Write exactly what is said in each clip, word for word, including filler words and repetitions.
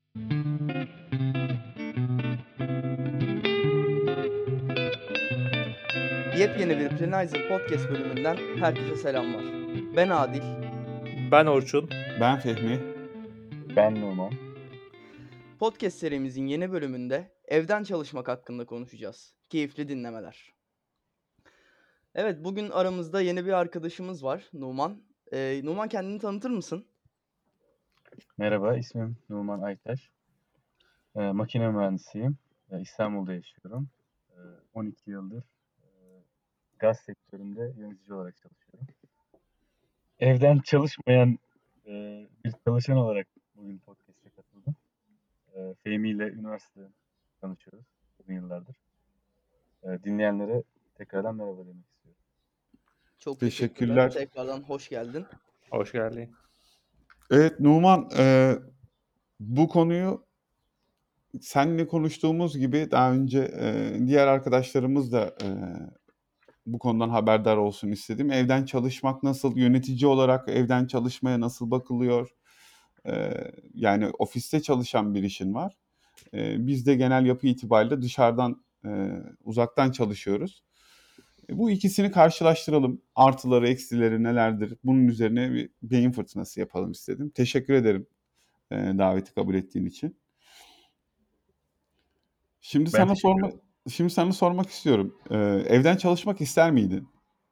Yepyeni bir Planizer Podcast bölümünden herkese selamlar. Ben Adil. Ben Orçun. Ben Fehmi. Ben Numan. Podcast serimizin yeni bölümünde evden çalışmak hakkında konuşacağız. Keyifli dinlemeler. Evet, bugün aramızda yeni bir arkadaşımız var, Numan. Ee, Numan, kendini tanıtır mısın? Merhaba, ismim Numan Aytaş. Ee, makine mühendisiyim. Ee, İstanbul'da yaşıyorum. Ee, on iki yıldır e, gaz sektöründe yönetici olarak çalışıyorum. Evden çalışmayan e, bir çalışan olarak bugün podcast'e katıldım. E, Fehmi ile üniversitede tanışıyoruz uzun yıllardır. E, dinleyenlere tekrardan merhaba demek istiyorum. Çok Teşekkürler. teşekkürler. Tekrardan hoş geldin. Hoş geldin. Evet Numan, e, bu konuyu seninle konuştuğumuz gibi daha önce e, diğer arkadaşlarımız da e, bu konudan haberdar olsun istedim. Evden çalışmak nasıl, yönetici olarak evden çalışmaya nasıl bakılıyor? E, yani ofiste çalışan bir işin var. E, biz de genel yapı itibariyle dışarıdan, e, uzaktan çalışıyoruz. E, bu ikisini karşılaştıralım. Artıları, eksileri nelerdir? Bunun üzerine bir beyin fırtınası yapalım istedim. Teşekkür ederim e, daveti kabul ettiğin için. Şimdi Ben sana teşekkür sorma, ederim. şimdi sana sormak istiyorum. E, evden çalışmak ister miydin?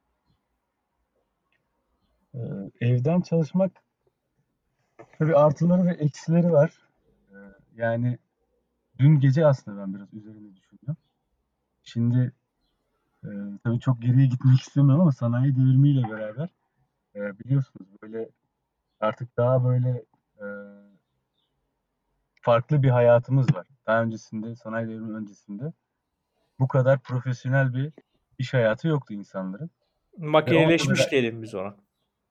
Ee, evden çalışmak tabii artıları ve eksileri var. Ee, yani dün gece aslında ben biraz üzerine düşündüm. Şimdi e, tabii çok geriye gitmek istemiyorum ama sanayi devrimiyle beraber e, biliyorsunuz böyle artık daha böyle e, farklı bir hayatımız var. Daha öncesinde, sanayi devrimi öncesinde bu kadar profesyonel bir iş hayatı yoktu insanların. Ve onunla Makineleşmiş beraber diyelim biz ona.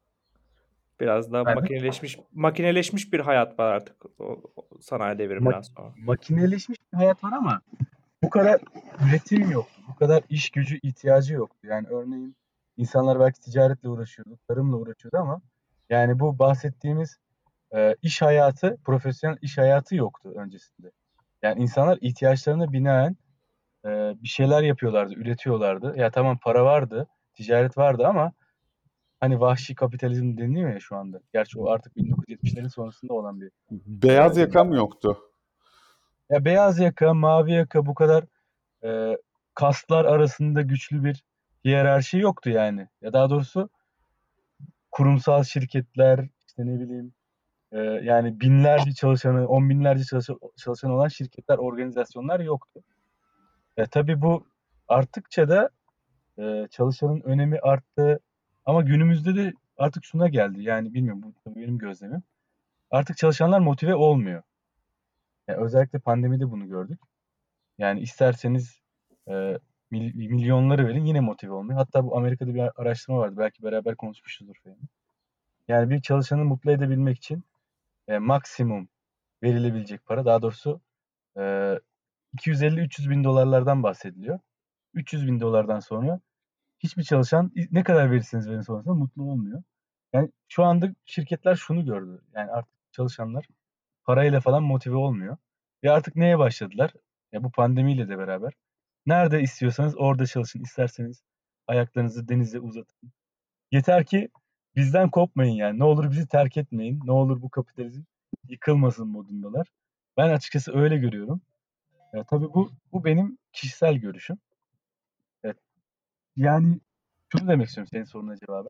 Biraz daha efendim, makineleşmiş makineleşmiş bir hayat var artık o, o sanayi devriminden mak- sonra. makineleşmiş bir hayat var ama bu kadar üretim yoktu. Bu kadar iş gücü ihtiyacı yoktu. Yani örneğin insanlar belki ticaretle uğraşıyordu, tarımla uğraşıyordu ama yani bu bahsettiğimiz e, iş hayatı, profesyonel iş hayatı yoktu öncesinde. Yani insanlar ihtiyaçlarına binaen e, bir şeyler yapıyorlardı, üretiyorlardı. Ya tamam para vardı, ticaret vardı ama hani vahşi kapitalizm deniliyor ya şu anda. Gerçi o artık bin dokuz yüz yetmişlerin sonrasında olan bir e, Beyaz yaka mı deneyim. yoktu? Ya beyaz yaka, mavi yaka bu kadar e, kastlar arasında güçlü bir hiyerarşi yoktu yani. Ya daha doğrusu kurumsal şirketler, işte ne bileyim e, yani binlerce çalışanı, on binlerce çalışan, çalışan olan şirketler, organizasyonlar yoktu. E, tabii bu arttıkça da e, çalışanın önemi arttı. Ama günümüzde de artık şuna geldi. Yani bilmiyorum bu tabii benim gözlemim. Artık çalışanlar motive olmuyor. Yani özellikle pandemide bunu gördük. Yani isterseniz e, mil- milyonları verin yine motive olmuyor. Hatta bu Amerika'da bir araştırma vardı. Belki beraber konuşmuşuzdur Fehmi. Yani bir çalışanı mutlu edebilmek için e, maksimum verilebilecek para, daha doğrusu e, iki yüz elli üç yüz bin dolarlardan bahsediliyor. üç yüz bin dolardan sonra hiçbir çalışan ne kadar verirseniz verin sonrasında mutlu olmuyor. Yani şu anda şirketler şunu gördü. Yani artık çalışanlar parayla falan motive olmuyor. Ve artık neye başladılar? Ya bu pandemiyle de beraber. Nerede istiyorsanız orada çalışın. İsterseniz ayaklarınızı denize uzatın. Yeter ki bizden kopmayın yani. Ne olur bizi terk etmeyin. Ne olur bu kapitalizm yıkılmasın modundalar. Ben açıkçası öyle görüyorum. E, tabii bu bu benim kişisel görüşüm. E, yani şunu demek istiyorum senin soruna cevabı.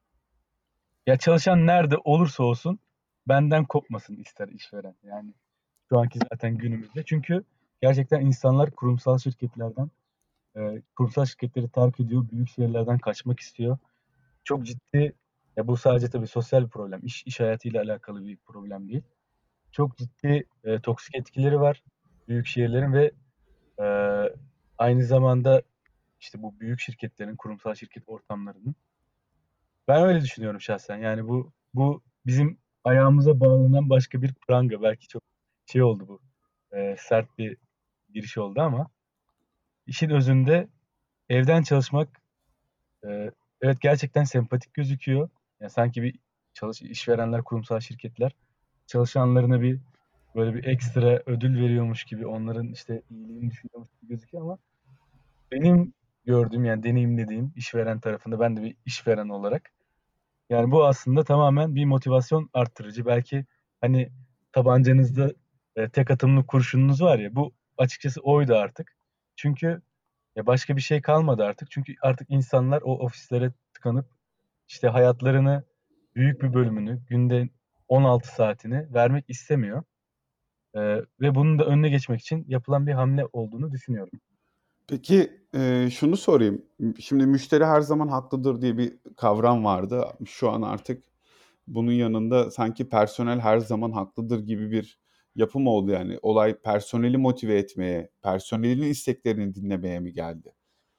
Ya çalışan nerede olursa olsun benden kopmasın ister işveren. Yani şu anki zaten günümüzde. Çünkü gerçekten insanlar kurumsal şirketlerden, e, kurumsal şirketleri terk ediyor. Büyük şehirlerden kaçmak istiyor. Çok ciddi, ya bu sadece tabii sosyal bir problem. İş, iş hayatıyla alakalı bir problem değil. Çok ciddi e, toksik etkileri var büyük şehirlerin ve e, aynı zamanda işte bu büyük şirketlerin, kurumsal şirket ortamlarının. Ben öyle düşünüyorum şahsen. Yani bu bu bizim ayağımıza bağlanan başka bir pranga. Belki çok şey oldu bu. E, sert bir giriş oldu ama işin özünde evden çalışmak e, evet gerçekten sempatik gözüküyor. Yani sanki bir çalış işverenler, kurumsal şirketler çalışanlarına bir böyle bir ekstra ödül veriyormuş gibi, onların işte iyiliğini düşünüyormuş gibi gözüküyor ama benim gördüğüm, yani deneyimlediğim işveren tarafında, ben de bir işveren olarak, yani bu aslında tamamen bir motivasyon arttırıcı. Belki hani tabancanızda e, tek atımlık kurşununuz var ya, bu açıkçası oydu artık. Çünkü ya başka bir şey kalmadı artık. Çünkü artık insanlar o ofislere tıkanıp işte hayatlarını büyük bir bölümünü, günde on altı saatini vermek istemiyor. E, ve bunun da önüne geçmek için yapılan bir hamle olduğunu düşünüyorum. Peki e, şunu sorayım. Şimdi müşteri her zaman haklıdır diye bir kavram vardı. Şu an artık bunun yanında sanki personel her zaman haklıdır gibi bir yapım oldu yani. Olay personeli motive etmeye, personelin isteklerini dinlemeye mi geldi?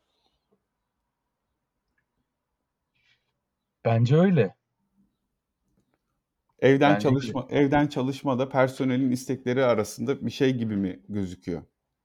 Bence öyle. Evden Bence öyle. çalışma, evden çalışma da personelin istekleri arasında bir şey gibi mi gözüküyor?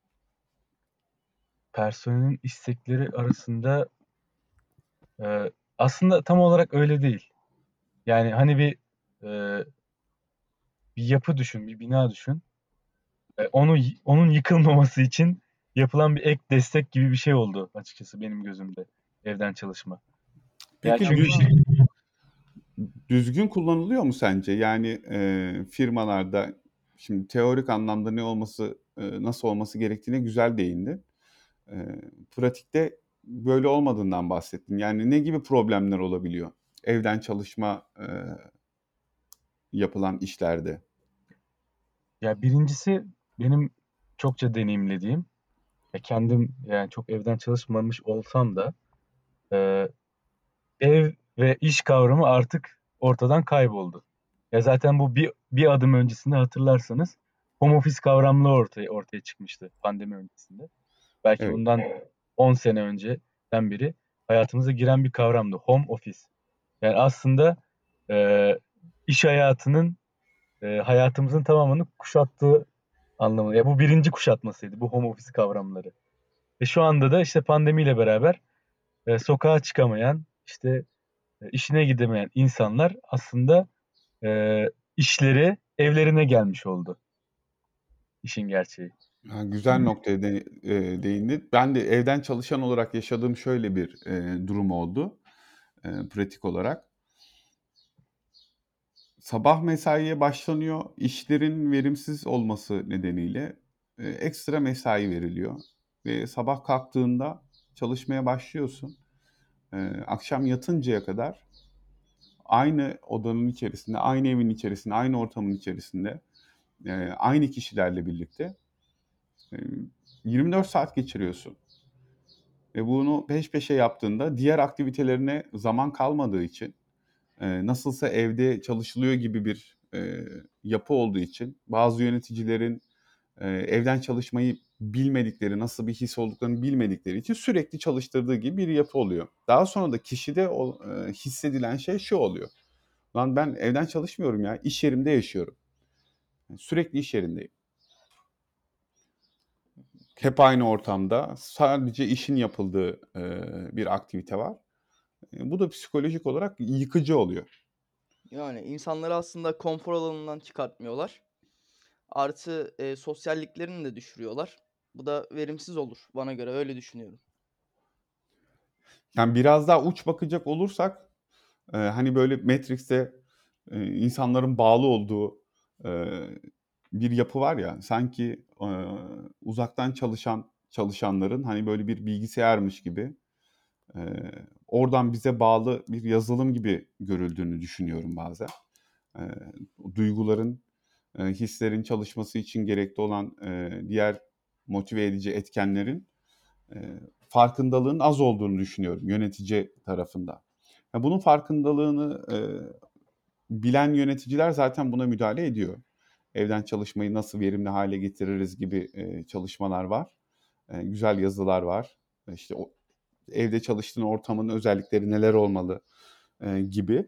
Personelin istekleri arasında e, aslında tam olarak öyle değil. Yani hani bir e, bir yapı düşün, bir bina düşün. E, onu onun yıkılmaması için yapılan bir ek destek gibi bir şey oldu açıkçası benim gözümde evden çalışma. Yani Peki çünkü düz, şir- düzgün kullanılıyor mu sence? Yani e, firmalarda şimdi teorik anlamda ne olması, e, nasıl olması gerektiğine güzel değindi. E, pratikte böyle olmadığından bahsettin. Yani ne gibi problemler olabiliyor evden çalışma e, yapılan işlerde? ya birincisi benim çokça deneyimlediğim, ya kendim yani çok evden çalışmamış olsam da e, ev ve iş kavramı artık ortadan kayboldu. Ya zaten bu bir, bir adım öncesinde hatırlarsanız home office kavramları ortaya ortaya çıkmıştı pandemi öncesinde. Belki Evet. bundan on sene önceden beri hayatımıza giren bir kavramdı. Home office. Yani aslında e, iş hayatının e, hayatımızın tamamını kuşattığı anlamı. Ya bu birinci kuşatmasıydı bu home office kavramları. Ve şu anda da işte pandemiyle beraber e, sokağa çıkamayan, işte e, işine gidemeyen insanlar aslında e, işleri evlerine gelmiş oldu. İşin gerçeği. Ha, güzel noktaya de, e, değindin. Ben de evden çalışan olarak yaşadığım şöyle bir e, durum oldu e, pratik olarak. Sabah mesaiye başlanıyor. İşlerin verimsiz olması nedeniyle e, ekstra mesai veriliyor. Ve sabah kalktığında çalışmaya başlıyorsun. E, akşam yatıncaya kadar aynı odanın içerisinde, aynı evin içerisinde, aynı ortamın içerisinde, e, aynı kişilerle birlikte e, yirmi dört saat geçiriyorsun. Ve bunu peş peşe yaptığında diğer aktivitelerine zaman kalmadığı için e, nasılsa evde çalışılıyor gibi bir e, yapı olduğu için bazı yöneticilerin e, evden çalışmayı bilmedikleri, nasıl bir his olduklarını bilmedikleri için sürekli çalıştırdığı gibi bir yapı oluyor. Daha sonra da kişide o, e, hissedilen şey şu oluyor. Lan ben evden çalışmıyorum ya, iş yerimde yaşıyorum. Sürekli iş yerindeyim. Hep aynı ortamda sadece işin yapıldığı e, bir aktivite var. E, bu da psikolojik olarak yıkıcı oluyor. Yani insanları aslında konfor alanından çıkartmıyorlar. Artı e, sosyalliklerini de düşürüyorlar. Bu da verimsiz olur bana göre öyle düşünüyorum. Yani biraz daha uç bakacak olursak e, hani böyle Matrix'te e, insanların bağlı olduğu e, bir yapı var ya, sanki e, uzaktan çalışan çalışanların hani böyle bir bilgisayarmış gibi e, oradan bize bağlı bir yazılım gibi görüldüğünü düşünüyorum bazen. E, duyguların, e, hislerin çalışması için gerekli olan e, diğer motive edici etkenlerin e, farkındalığın az olduğunu düşünüyorum yönetici tarafında. Ya bunun farkındalığını e, bilen yöneticiler zaten buna müdahale ediyor. Evden çalışmayı nasıl verimli hale getiririz gibi e, çalışmalar var. E, güzel yazılar var. E, İşte o, evde çalıştığın ortamın özellikleri neler olmalı e, gibi.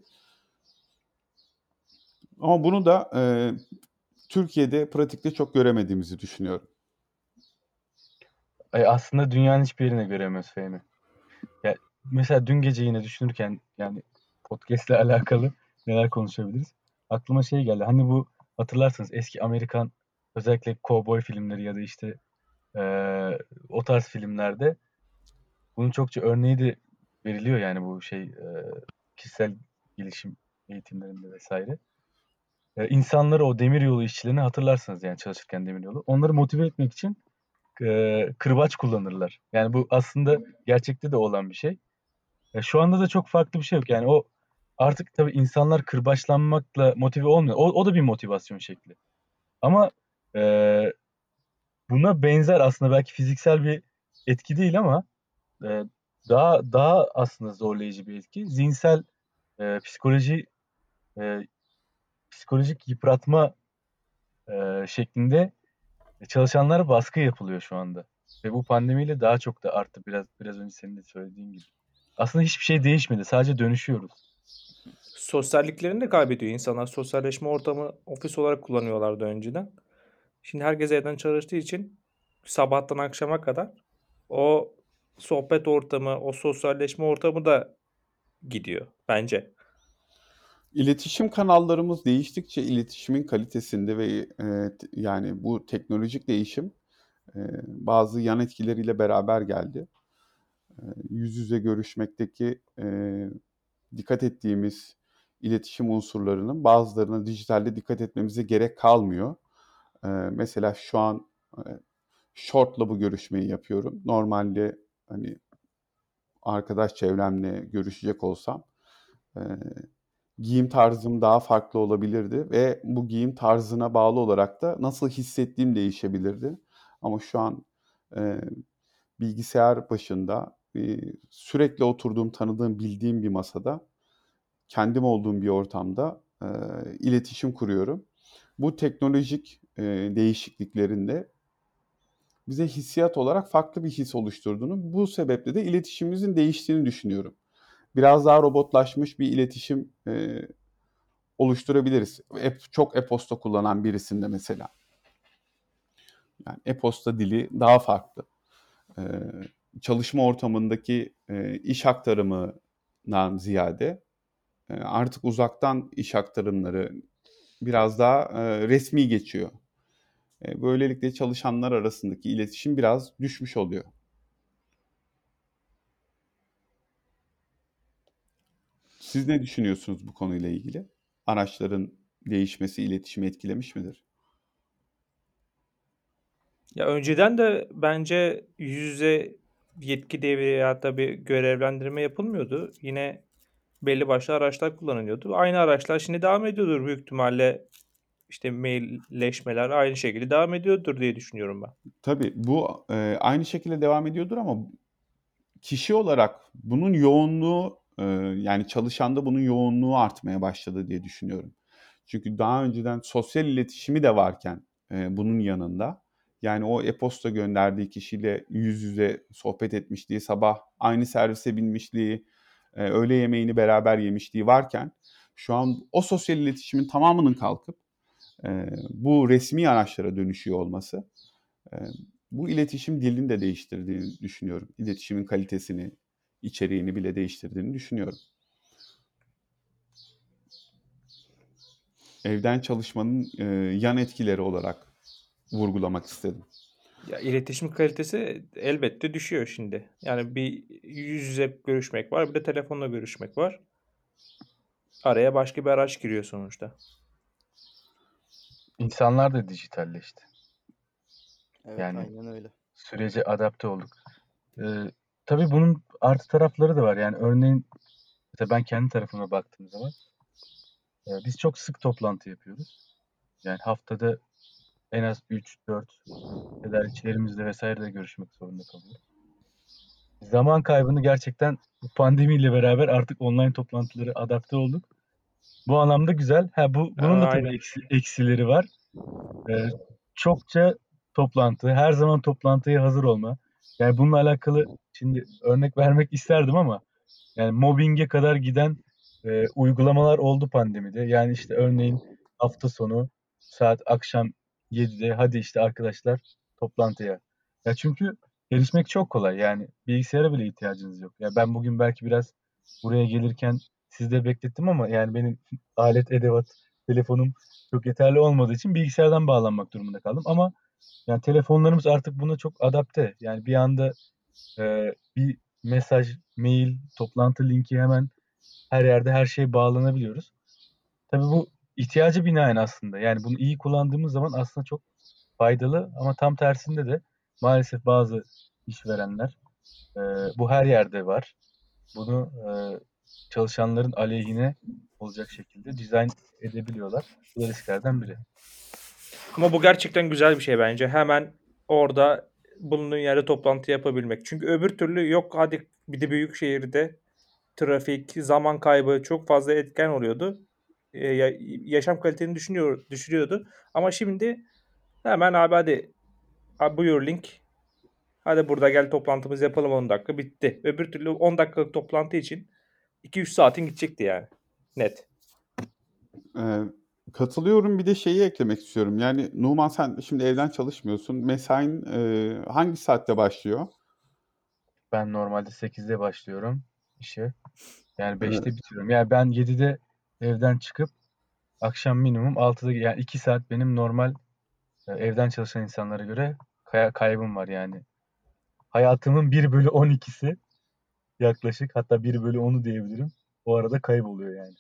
Ama bunu da e, Türkiye'de pratikte çok göremediğimizi düşünüyorum. E, aslında dünyanın hiçbir yerine göremiyoruz Fehmi. Ya mesela dün gece yine düşünürken, yani podcast ile alakalı neler konuşabiliriz? Aklıma şey geldi. Hani bu, hatırlarsanız eski Amerikan özellikle kovboy filmleri ya da işte eee, o tarz filmlerde bunun çokça örneği de veriliyor yani bu şey eee, kişisel gelişim eğitimlerinde vesaire. Eee, insanları o demiryolu işçilerini hatırlarsınız yani çalışırken demiryolu. Onları motive etmek için eee, kırbaç kullanırlar. Yani bu aslında gerçekte de olan bir şey. E, şu anda da çok farklı bir şey yok. Yani o artık tabii insanlar kırbaçlanmakla motive olmuyor. O, o da bir motivasyon şekli. Ama eee, buna benzer aslında belki fiziksel bir etki değil ama eee, daha daha aslında zorlayıcı bir etki. Zihinsel eee, psikoloji eee, psikolojik yıpratma eee, şeklinde çalışanlara baskı yapılıyor şu anda. Ve bu pandemiyle daha çok da arttı biraz biraz önce senin de söylediğin gibi. Aslında hiçbir şey değişmedi. Sadece dönüşüyoruz. Sosyalliklerini de kaybediyor insanlar. Sosyalleşme ortamı ofis olarak kullanıyorlardı önceden. Şimdi herkes evden çalıştığı için sabahtan akşama kadar o sohbet ortamı, o sosyalleşme ortamı da gidiyor bence. İletişim kanallarımız değiştikçe iletişimin kalitesinde ve e, t- yani bu teknolojik değişim e, bazı yan etkileriyle beraber geldi. E, yüz yüze görüşmekteki e, dikkat ettiğimiz iletişim unsurlarının bazılarına dijitalde dikkat etmemize gerek kalmıyor. E, mesela şu an e, Short'la bu görüşmeyi yapıyorum. Normalde hani arkadaş çevremle görüşecek olsam e, giyim tarzım daha farklı olabilirdi ve bu giyim tarzına bağlı olarak da nasıl hissettiğim değişebilirdi. Ama şu an e, bilgisayar başında e, sürekli oturduğum, tanıdığım, bildiğim bir masada, kendim olduğum bir ortamda e, iletişim kuruyorum. Bu teknolojik e, değişikliklerin de bize hissiyat olarak farklı bir his oluşturduğunu, bu sebeple de iletişimimizin değiştiğini düşünüyorum. Biraz daha robotlaşmış bir iletişim e, oluşturabiliriz. E, çok e-posta kullanan birisinde mesela. Yani e-posta dili daha farklı. E, Çalışma ortamındaki e, iş aktarımından ziyade e, artık uzaktan iş aktarımları biraz daha e, resmi geçiyor. E, böylelikle çalışanlar arasındaki iletişim biraz düşmüş oluyor. Siz ne düşünüyorsunuz bu konuyla ilgili? Araçların değişmesi iletişimi etkilemiş midir? Ya önceden de bence yüz yüze yetki devri ya da bir görevlendirme yapılmıyordu. Yine belli başlı araçlar kullanılıyordu. Aynı araçlar şimdi devam ediyordur büyük ihtimalle. İşte mailleşmeler aynı şekilde devam ediyordur diye düşünüyorum ben. Tabii bu e, aynı şekilde devam ediyordur ama kişi olarak bunun yoğunluğu e, yani çalışanda bunun yoğunluğu artmaya başladı diye düşünüyorum. Çünkü daha önceden sosyal iletişimi de varken e, bunun yanında yani o e-posta gönderdiği kişiyle yüz yüze sohbet etmişliği, sabah aynı servise binmişliği, e, öğle yemeğini beraber yemişliği varken şu an o sosyal iletişimin tamamının kalkıp e, bu resmi araçlara dönüşüyor olması e, bu iletişim dilini de değiştirdiğini düşünüyorum. İletişimin kalitesini, içeriğini bile değiştirdiğini düşünüyorum. Evden çalışmanın e, yan etkileri olarak vurgulamak istedim. Ya iletişim kalitesi elbette düşüyor şimdi. Yani bir yüz yüze görüşmek var, bir de telefonla görüşmek var. Araya başka bir araç giriyor sonuçta. İnsanlar da dijitalleşti. Evet, Yani aynen öyle. sürece adapte olduk. Ee, tabii bunun artı tarafları da var. Yani örneğin mesela ben kendi tarafıma baktığım zaman e, biz çok sık toplantı yapıyoruz. Yani haftada en az üç dört tedarikçilerimizle vesaire de görüşmek zorunda kalıyoruz. Zaman kaybını gerçekten bu pandemiyle beraber artık online toplantılara adapte olduk. Bu anlamda güzel. Ha bu Aa, bunun da tabii aynen. eksi, eksileri var. Ee, çokça toplantı, her zaman toplantıya hazır olma. Yani bununla alakalı şimdi örnek vermek isterdim ama yani mobbinge kadar giden e, uygulamalar oldu pandemide. Yani işte örneğin hafta sonu saat akşam yedide hadi işte arkadaşlar toplantıya. Ya çünkü erişmek çok kolay. Yani bilgisayara bile ihtiyacınız yok. Ya ben bugün belki biraz buraya gelirken sizde beklettim ama yani benim alet edevat telefonum çok yeterli olmadığı için bilgisayardan bağlanmak durumunda kaldım. Ama yani telefonlarımız artık buna çok adapte. Yani bir anda e, bir mesaj, mail, toplantı linki hemen her yerde her şeye bağlanabiliyoruz. Tabii bu ihtiyaca binaen aslında. Yani bunu iyi kullandığımız zaman aslında çok faydalı ama tam tersinde de maalesef bazı işverenler e, bu her yerde var. Bunu e, çalışanların aleyhine olacak şekilde dizayn edebiliyorlar. Bu da risklerden biri. Ama bu gerçekten güzel bir şey bence. Hemen orada bulunduğun yerde toplantı yapabilmek. Çünkü öbür türlü yok hadi bir de büyük şehirde trafik, zaman kaybı çok fazla etken oluyordu. Ee, ya- yaşam kaliteni düşünüyor, düşürüyordu. Ama şimdi hemen abi hadi abi buyur link. Hadi burada gel toplantımızı yapalım on dakika bitti. Öbür türlü on dakikalık toplantı için iki üç saatin gidecekti yani. Net. Ee, Katılıyorum. Bir de şeyi eklemek istiyorum. Yani Numan, sen şimdi evden çalışmıyorsun. Mesain e, hangi saatte başlıyor? Ben normalde sekizde başlıyorum işe. Yani Ee, beşte bitiriyorum. Yani ben yedide evden çıkıp akşam minimum altıda, yani iki saat benim normal e, evden çalışan insanlara göre kay- kaybım var yani. Hayatımın bir bölü on ikisi yaklaşık, hatta bir bölü onu diyebilirim. O arada kayboluyor yani.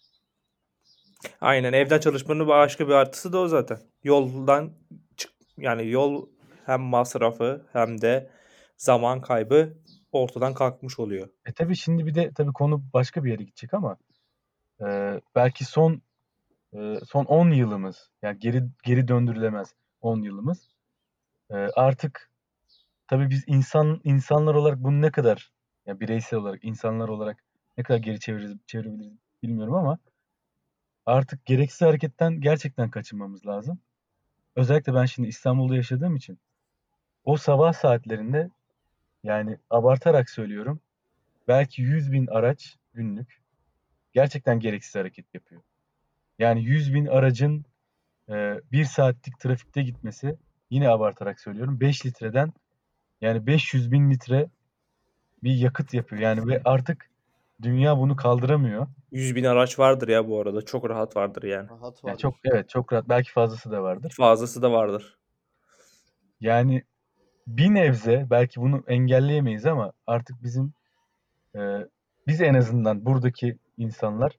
Aynen evden çalışmanın başka bir artısı da o zaten. Yoldan çık yani yol hem masrafı hem de zaman kaybı ortadan kalkmış oluyor. E tabii şimdi bir de tabii konu başka bir yere gidecek ama e, belki son e, son on yılımız, yani geri geri döndürülemez on yılımız. E, artık tabii biz insan insanlar olarak bunu ne kadar, ya bireysel olarak insanlar olarak ne kadar geri çeviririz, çevirebiliriz bilmiyorum ama artık gereksiz hareketten gerçekten kaçınmamız lazım. Özellikle ben şimdi İstanbul'da yaşadığım için o sabah saatlerinde, yani abartarak söylüyorum, belki yüz bin araç günlük gerçekten gereksiz hareket yapıyor. Yani yüz bin aracın e, bir saatlik trafikte gitmesi, yine abartarak söylüyorum, beş litreden, yani beş yüz bin litre bir yakıt yapıyor. Yani ve artık dünya bunu kaldıramıyor. yüz bin araç vardır ya bu arada. Çok rahat vardır yani. Rahat Yani çok, vardır. evet, çok rahat, belki fazlası da vardır. Fazlası da vardır. Yani bir nebze belki bunu engelleyemeyiz ama artık bizim e, biz en azından buradaki insanlar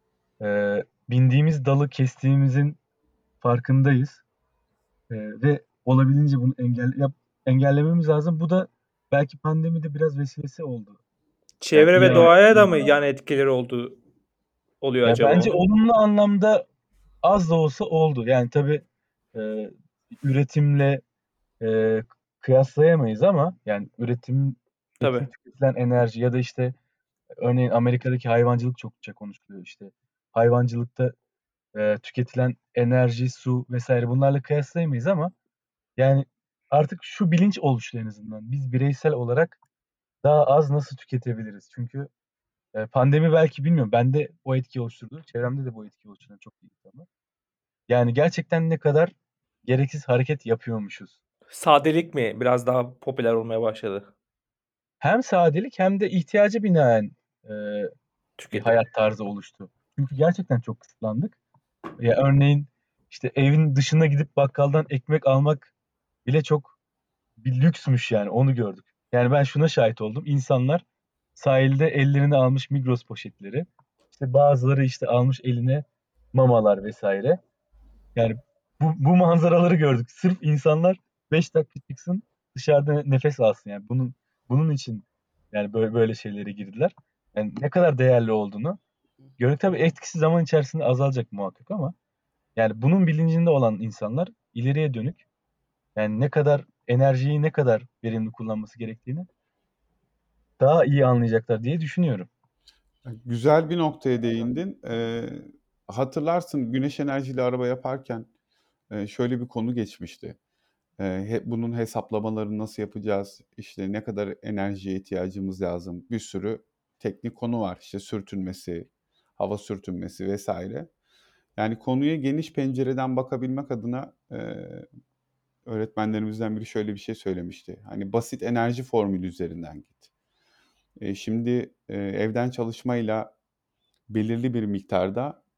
e, bindiğimiz dalı kestiğimizin farkındayız. E, ve olabildiğince bunu engel yap, engellememiz lazım. Bu da belki pandemide biraz vesilesi oldu. Yani Çevre iyi ve an, doğaya da iyi mı yan manada. etkileri oldu oluyor Ya acaba bence onun? olumlu anlamda az da olsa oldu. Yani tabii e, üretimle e, kıyaslayamayız ama yani üretimdeki Tabii. tüketilen enerji ya da işte örneğin Amerika'daki hayvancılık çokça konuşuluyor işte. Hayvancılıkta e, tüketilen enerji, su vesaire, bunlarla kıyaslayamayız ama yani artık şu bilinç oluştu en azından. Biz bireysel olarak daha az nasıl tüketebiliriz? Çünkü e, pandemi, belki bilmiyorum, bende o etki oluşturdu. Çevremde de bu etki oluşturan çok iyi insanlar. Yani gerçekten ne kadar gereksiz hareket yapıyormuşuz. Sadelik mi biraz daha popüler olmaya başladı Hem sadelik hem de ihtiyaca binaen e, bir tüketim? hayat tarzı oluştu. Çünkü gerçekten çok kısıtlandık. Ya örneğin işte evin dışına gidip bakkaldan ekmek almak bile çok bir lüksmüş, yani onu gördük. Yani ben şuna şahit oldum. İnsanlar sahilde ellerine almış Migros poşetleri. İşte bazıları işte almış eline mamalar vesaire. Yani bu, bu manzaraları gördük. Sırf insanlar beş dakika çıksın dışarıda nefes alsın. Yani bunun bunun için yani böyle böyle şeylere girdiler. Yani ne kadar değerli olduğunu gördük. Tabii etkisi zaman içerisinde azalacak muhakkak ama yani bunun bilincinde olan insanlar ileriye dönük, yani ne kadar enerjiyi ne kadar verimli kullanması gerektiğini daha iyi anlayacaklar diye düşünüyorum. Güzel bir noktaya değindin. Ee, hatırlarsın, güneş enerjili araba yaparken e, şöyle bir konu geçmişti. Ee, hep bunun hesaplamalarını nasıl yapacağız? İşte ne kadar enerjiye ihtiyacımız lazım? Bir sürü teknik konu var. İşte sürtünmesi, hava sürtünmesi vesaire. Yani konuya geniş pencereden bakabilmek adına e, öğretmenlerimizden biri şöyle bir şey söylemişti. Hani basit enerji formülü üzerinden git. E, şimdi e, evden çalışmayla belirli bir miktarda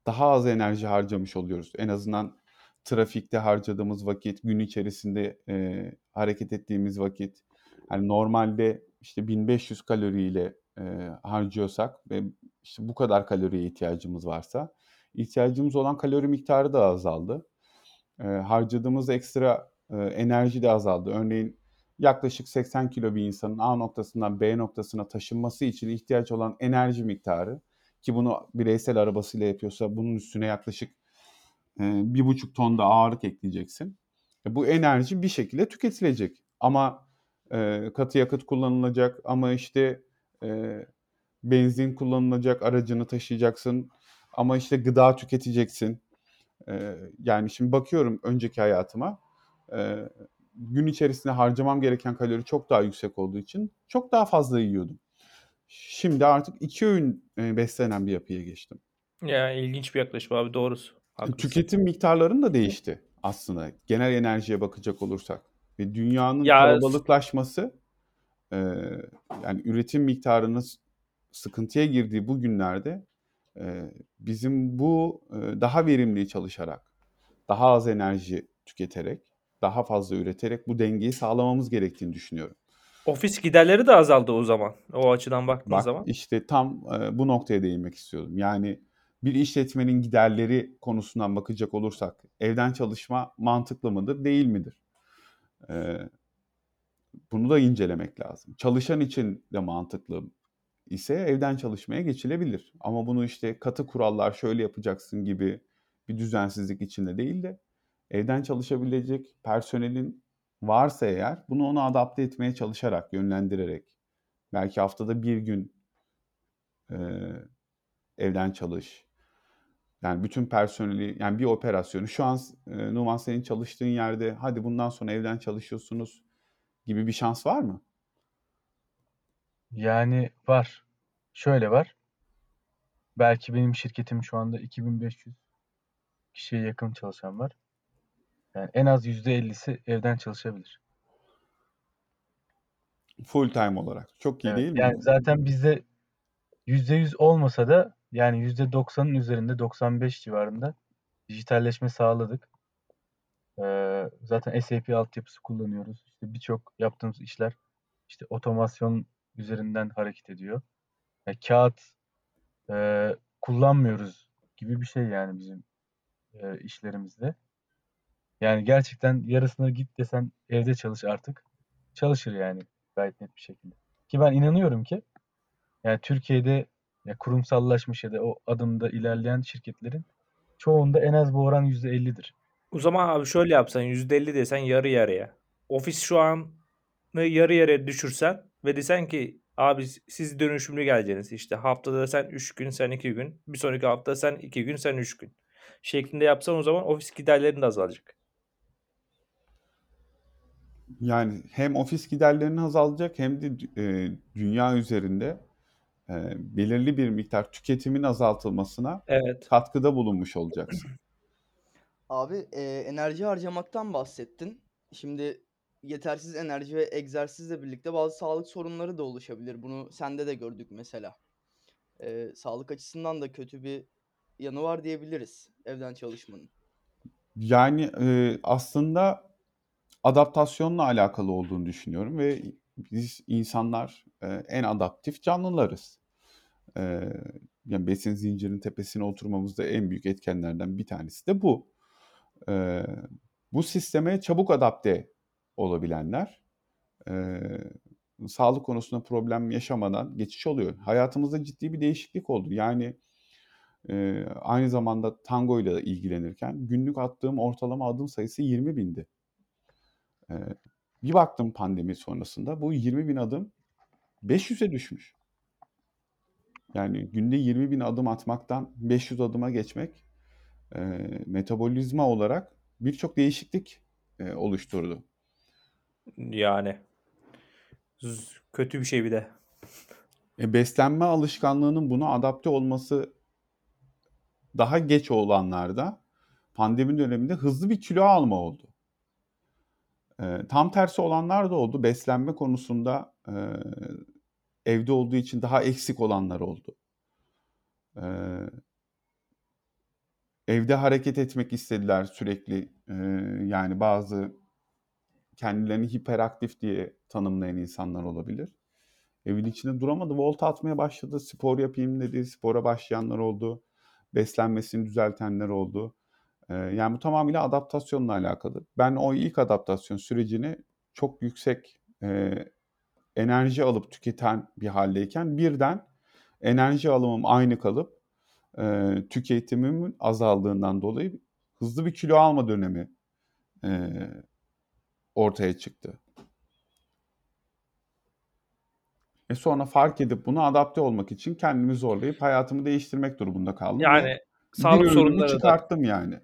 daha az enerji harcamış oluyoruz. En azından trafikte harcadığımız vakit, gün içerisinde e, hareket ettiğimiz vakit. Yani normalde işte bin beş yüz kaloriyle e, harcıyorsak ve işte bu kadar kaloriye ihtiyacımız varsa, ihtiyacımız olan kalori miktarı da azaldı. E, harcadığımız ekstra e, enerji de azaldı. Örneğin yaklaşık seksen kilo bir insanın A noktasından B noktasına taşınması için ihtiyaç olan enerji miktarı, ki bunu bireysel arabasıyla yapıyorsa bunun üstüne yaklaşık e, bir buçuk ton da ağırlık ekleyeceksin. E, bu enerji bir şekilde tüketilecek. Ama e, katı yakıt kullanılacak, ama işte e, benzin kullanılacak, aracını taşıyacaksın, ama işte gıda tüketeceksin. E, yani şimdi bakıyorum önceki hayatıma, e, gün içerisinde harcamam gereken kalori çok daha yüksek olduğu için çok daha fazla yiyordum. Şimdi artık iki öğün e, beslenen bir yapıya geçtim. Ya ilginç bir yaklaşım abi, doğrusu. Haklısın. Tüketim miktarların da değişti aslında. Genel enerjiye bakacak olursak. Ve dünyanın Ya kalabalıklaşması, e, yani üretim miktarının s- sıkıntıya girdiği bu günlerde e, bizim bu e, daha verimli çalışarak, daha az enerji tüketerek, daha fazla üreterek bu dengeyi sağlamamız gerektiğini düşünüyorum. ofis giderleri de azaldı o zaman. O açıdan baktığın Bak zaman. işte tam e, bu noktaya değinmek istiyordum. Yani bir işletmenin giderleri konusundan bakacak olursak evden çalışma mantıklı mıdır, değil midir? E, bunu da incelemek lazım. Çalışan için de mantıklı ise evden çalışmaya geçilebilir. Ama bunu işte katı kurallar, şöyle yapacaksın gibi bir düzensizlik içinde değil de evden çalışabilecek personelin varsa eğer bunu ona adapte etmeye çalışarak, yönlendirerek, belki haftada bir gün e, evden çalış. Yani bütün personeli, yani bir operasyonu şu an e, Numan, senin çalıştığın yerde hadi bundan sonra evden çalışıyorsunuz gibi bir şans var mı? Yani var. Şöyle var. Belki benim şirketim şu anda iki bin beş yüz kişiye yakın çalışan var. Yani en az yüzde ellisi evden çalışabilir. Full time olarak. Çok iyi Evet. değil mi Yani bu? zaten bizde yüzde yüz olmasa da yani yüzde doksanın üzerinde, doksan beş civarında dijitalleşme sağladık. Ee, zaten S A P altyapısı kullanıyoruz. İşte birçok yaptığımız işler işte otomasyon üzerinden hareket ediyor. Yani kağıt e, kullanmıyoruz gibi bir şey yani bizim e, işlerimizde. Yani gerçekten yarısına git desen evde çalış artık. Çalışır yani gayet net bir şekilde. Ki ben inanıyorum ki yani Türkiye'de ya kurumsallaşmış ya da o adımda ilerleyen şirketlerin çoğunda en az bu oran yüzde ellidir. O zaman abi şöyle yapsan, yüzde elli desen, yarı yarıya. Ofis şu an yarı yarıya düşürsen ve desen ki abi siz dönüşümlü geleceksiniz. İşte haftada sen üç gün, sen iki gün. Bir sonraki hafta sen iki gün, sen üç gün. Şeklinde yapsan o zaman ofis giderlerin de azalacak. Yani hem ofis giderlerinin azalacak hem de e, dünya üzerinde e, belirli bir miktar tüketimin azaltılmasına Evet. katkıda bulunmuş olacaksın. Abi eee, enerji harcamaktan bahsettin. Şimdi yetersiz enerji ve egzersizle birlikte bazı sağlık sorunları da oluşabilir. Bunu sende de gördük mesela. Eee, sağlık açısından da kötü bir yanı var diyebiliriz evden çalışmanın. Yani e, aslında adaptasyonla alakalı olduğunu düşünüyorum ve biz insanlar e, en adaptif canlılarız. E, yani besin zincirinin tepesine oturmamızda en büyük etkenlerden bir tanesi de bu. E, bu sisteme çabuk adapte olabilenler e, sağlık konusunda problem yaşamadan geçiş oluyor. Hayatımızda ciddi bir değişiklik oldu. Yani e, aynı zamanda tango ile ilgilenirken günlük attığım ortalama adım sayısı yirmi bindi. E, bir baktım pandemi sonrasında bu yirmi bin adım beş yüze düşmüş. Yani günde yirmi bin adım atmaktan beş yüz adıma geçmek e, metabolizma olarak birçok değişiklik e, oluşturdu. Yani z- kötü bir şey bir de. E, beslenme alışkanlığının buna adapte olması daha geç olanlarda pandemi döneminde hızlı bir kilo alma oldu. E, tam tersi olanlar da oldu. Beslenme konusunda e, evde olduğu için daha eksik olanlar oldu. E, evde hareket etmek istediler sürekli. Ee, yani bazı kendilerini hiperaktif diye tanımlayan insanlar olabilir. Evin içinde duramadı, volta atmaya başladı, spor yapayım dedi, spora başlayanlar oldu, beslenmesini düzeltenler oldu. Ee, yani bu tamamıyla adaptasyonla alakalı. Ben o ilk adaptasyon sürecini çok yüksek e, enerji alıp tüketen bir haldeyken birden enerji alımım aynı kalıp e, tüketimimin azaldığından dolayı hızlı bir kilo alma dönemi e, ortaya çıktı. E sonra fark edip buna adapte olmak için kendimi zorlayıp hayatımı değiştirmek durumunda kaldım Yani ve bir sağlık ürünümü sorunları da çıkarttım yani.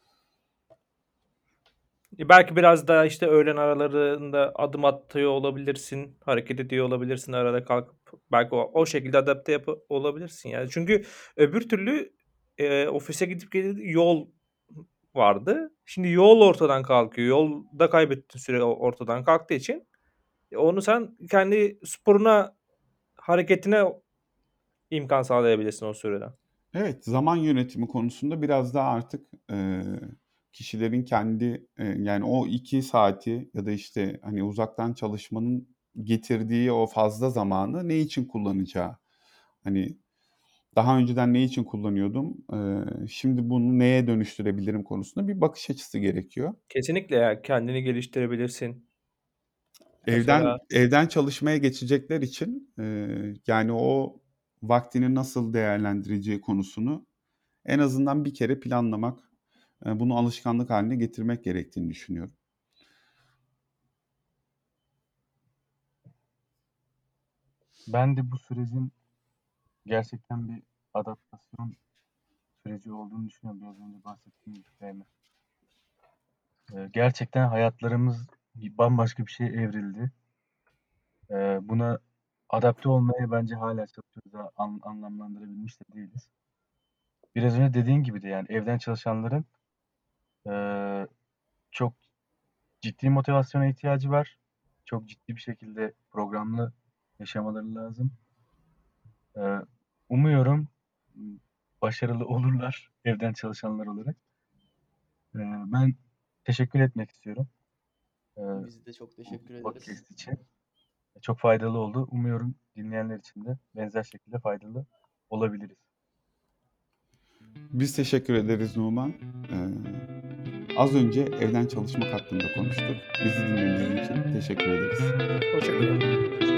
E, belki biraz daha işte öğlen aralarında adım atıyor olabilirsin, hareket ediyor olabilirsin, arada kalkıp belki o, o şekilde adapte yap olabilirsin yani. Çünkü öbür türlü e, ofise gidip gelip yol vardı. Şimdi yol ortadan kalkıyor. Yolda kaybettiğin süre o- ortadan kalktığı için e, onu sen kendi sporuna, hareketine imkan sağlayabilirsin o sürede. Evet, zaman yönetimi konusunda biraz daha artık e, kişilerin kendi e, yani o iki saati ya da işte hani uzaktan çalışmanın getirdiği o fazla zamanı ne için kullanacağı. Hani daha önceden ne için kullanıyordum, e, şimdi bunu neye dönüştürebilirim konusunda bir bakış açısı gerekiyor. Kesinlikle ya, kendini geliştirebilirsin. Evden Mesela evden çalışmaya geçecekler için e, yani o vaktini nasıl değerlendireceği konusunu en azından bir kere planlamak, e, bunu alışkanlık haline getirmek gerektiğini düşünüyorum. Ben de bu sürecin gerçekten bir adaptasyon süreci olduğunu düşünüyorum. Biraz önce bahsettiğim gibi Fehmi. Ee, gerçekten hayatlarımız bir- bambaşka bir şeye evrildi. Ee, buna adapte olmaya bence hala çalışıyoruz. Daha an- anlamlandırabilmiş de değiliz. Biraz önce dediğin gibi de yani evden çalışanların eee, çok ciddi motivasyona ihtiyacı var. Çok ciddi bir şekilde programlı yaşamaları lazım. Eee, umuyorum m, başarılı olurlar evden çalışanlar olarak. Eee, ben teşekkür etmek istiyorum eee, Biz de çok bu teşekkür ederiz. podcast için. Çok faydalı oldu. Umuyorum dinleyenler için de benzer şekilde faydalı olabiliriz. Biz teşekkür ederiz Numan. Ee, az önce evden çalışmak hakkında konuştuk. Bizi dinlediğiniz için teşekkür ederiz. hoşçakalın.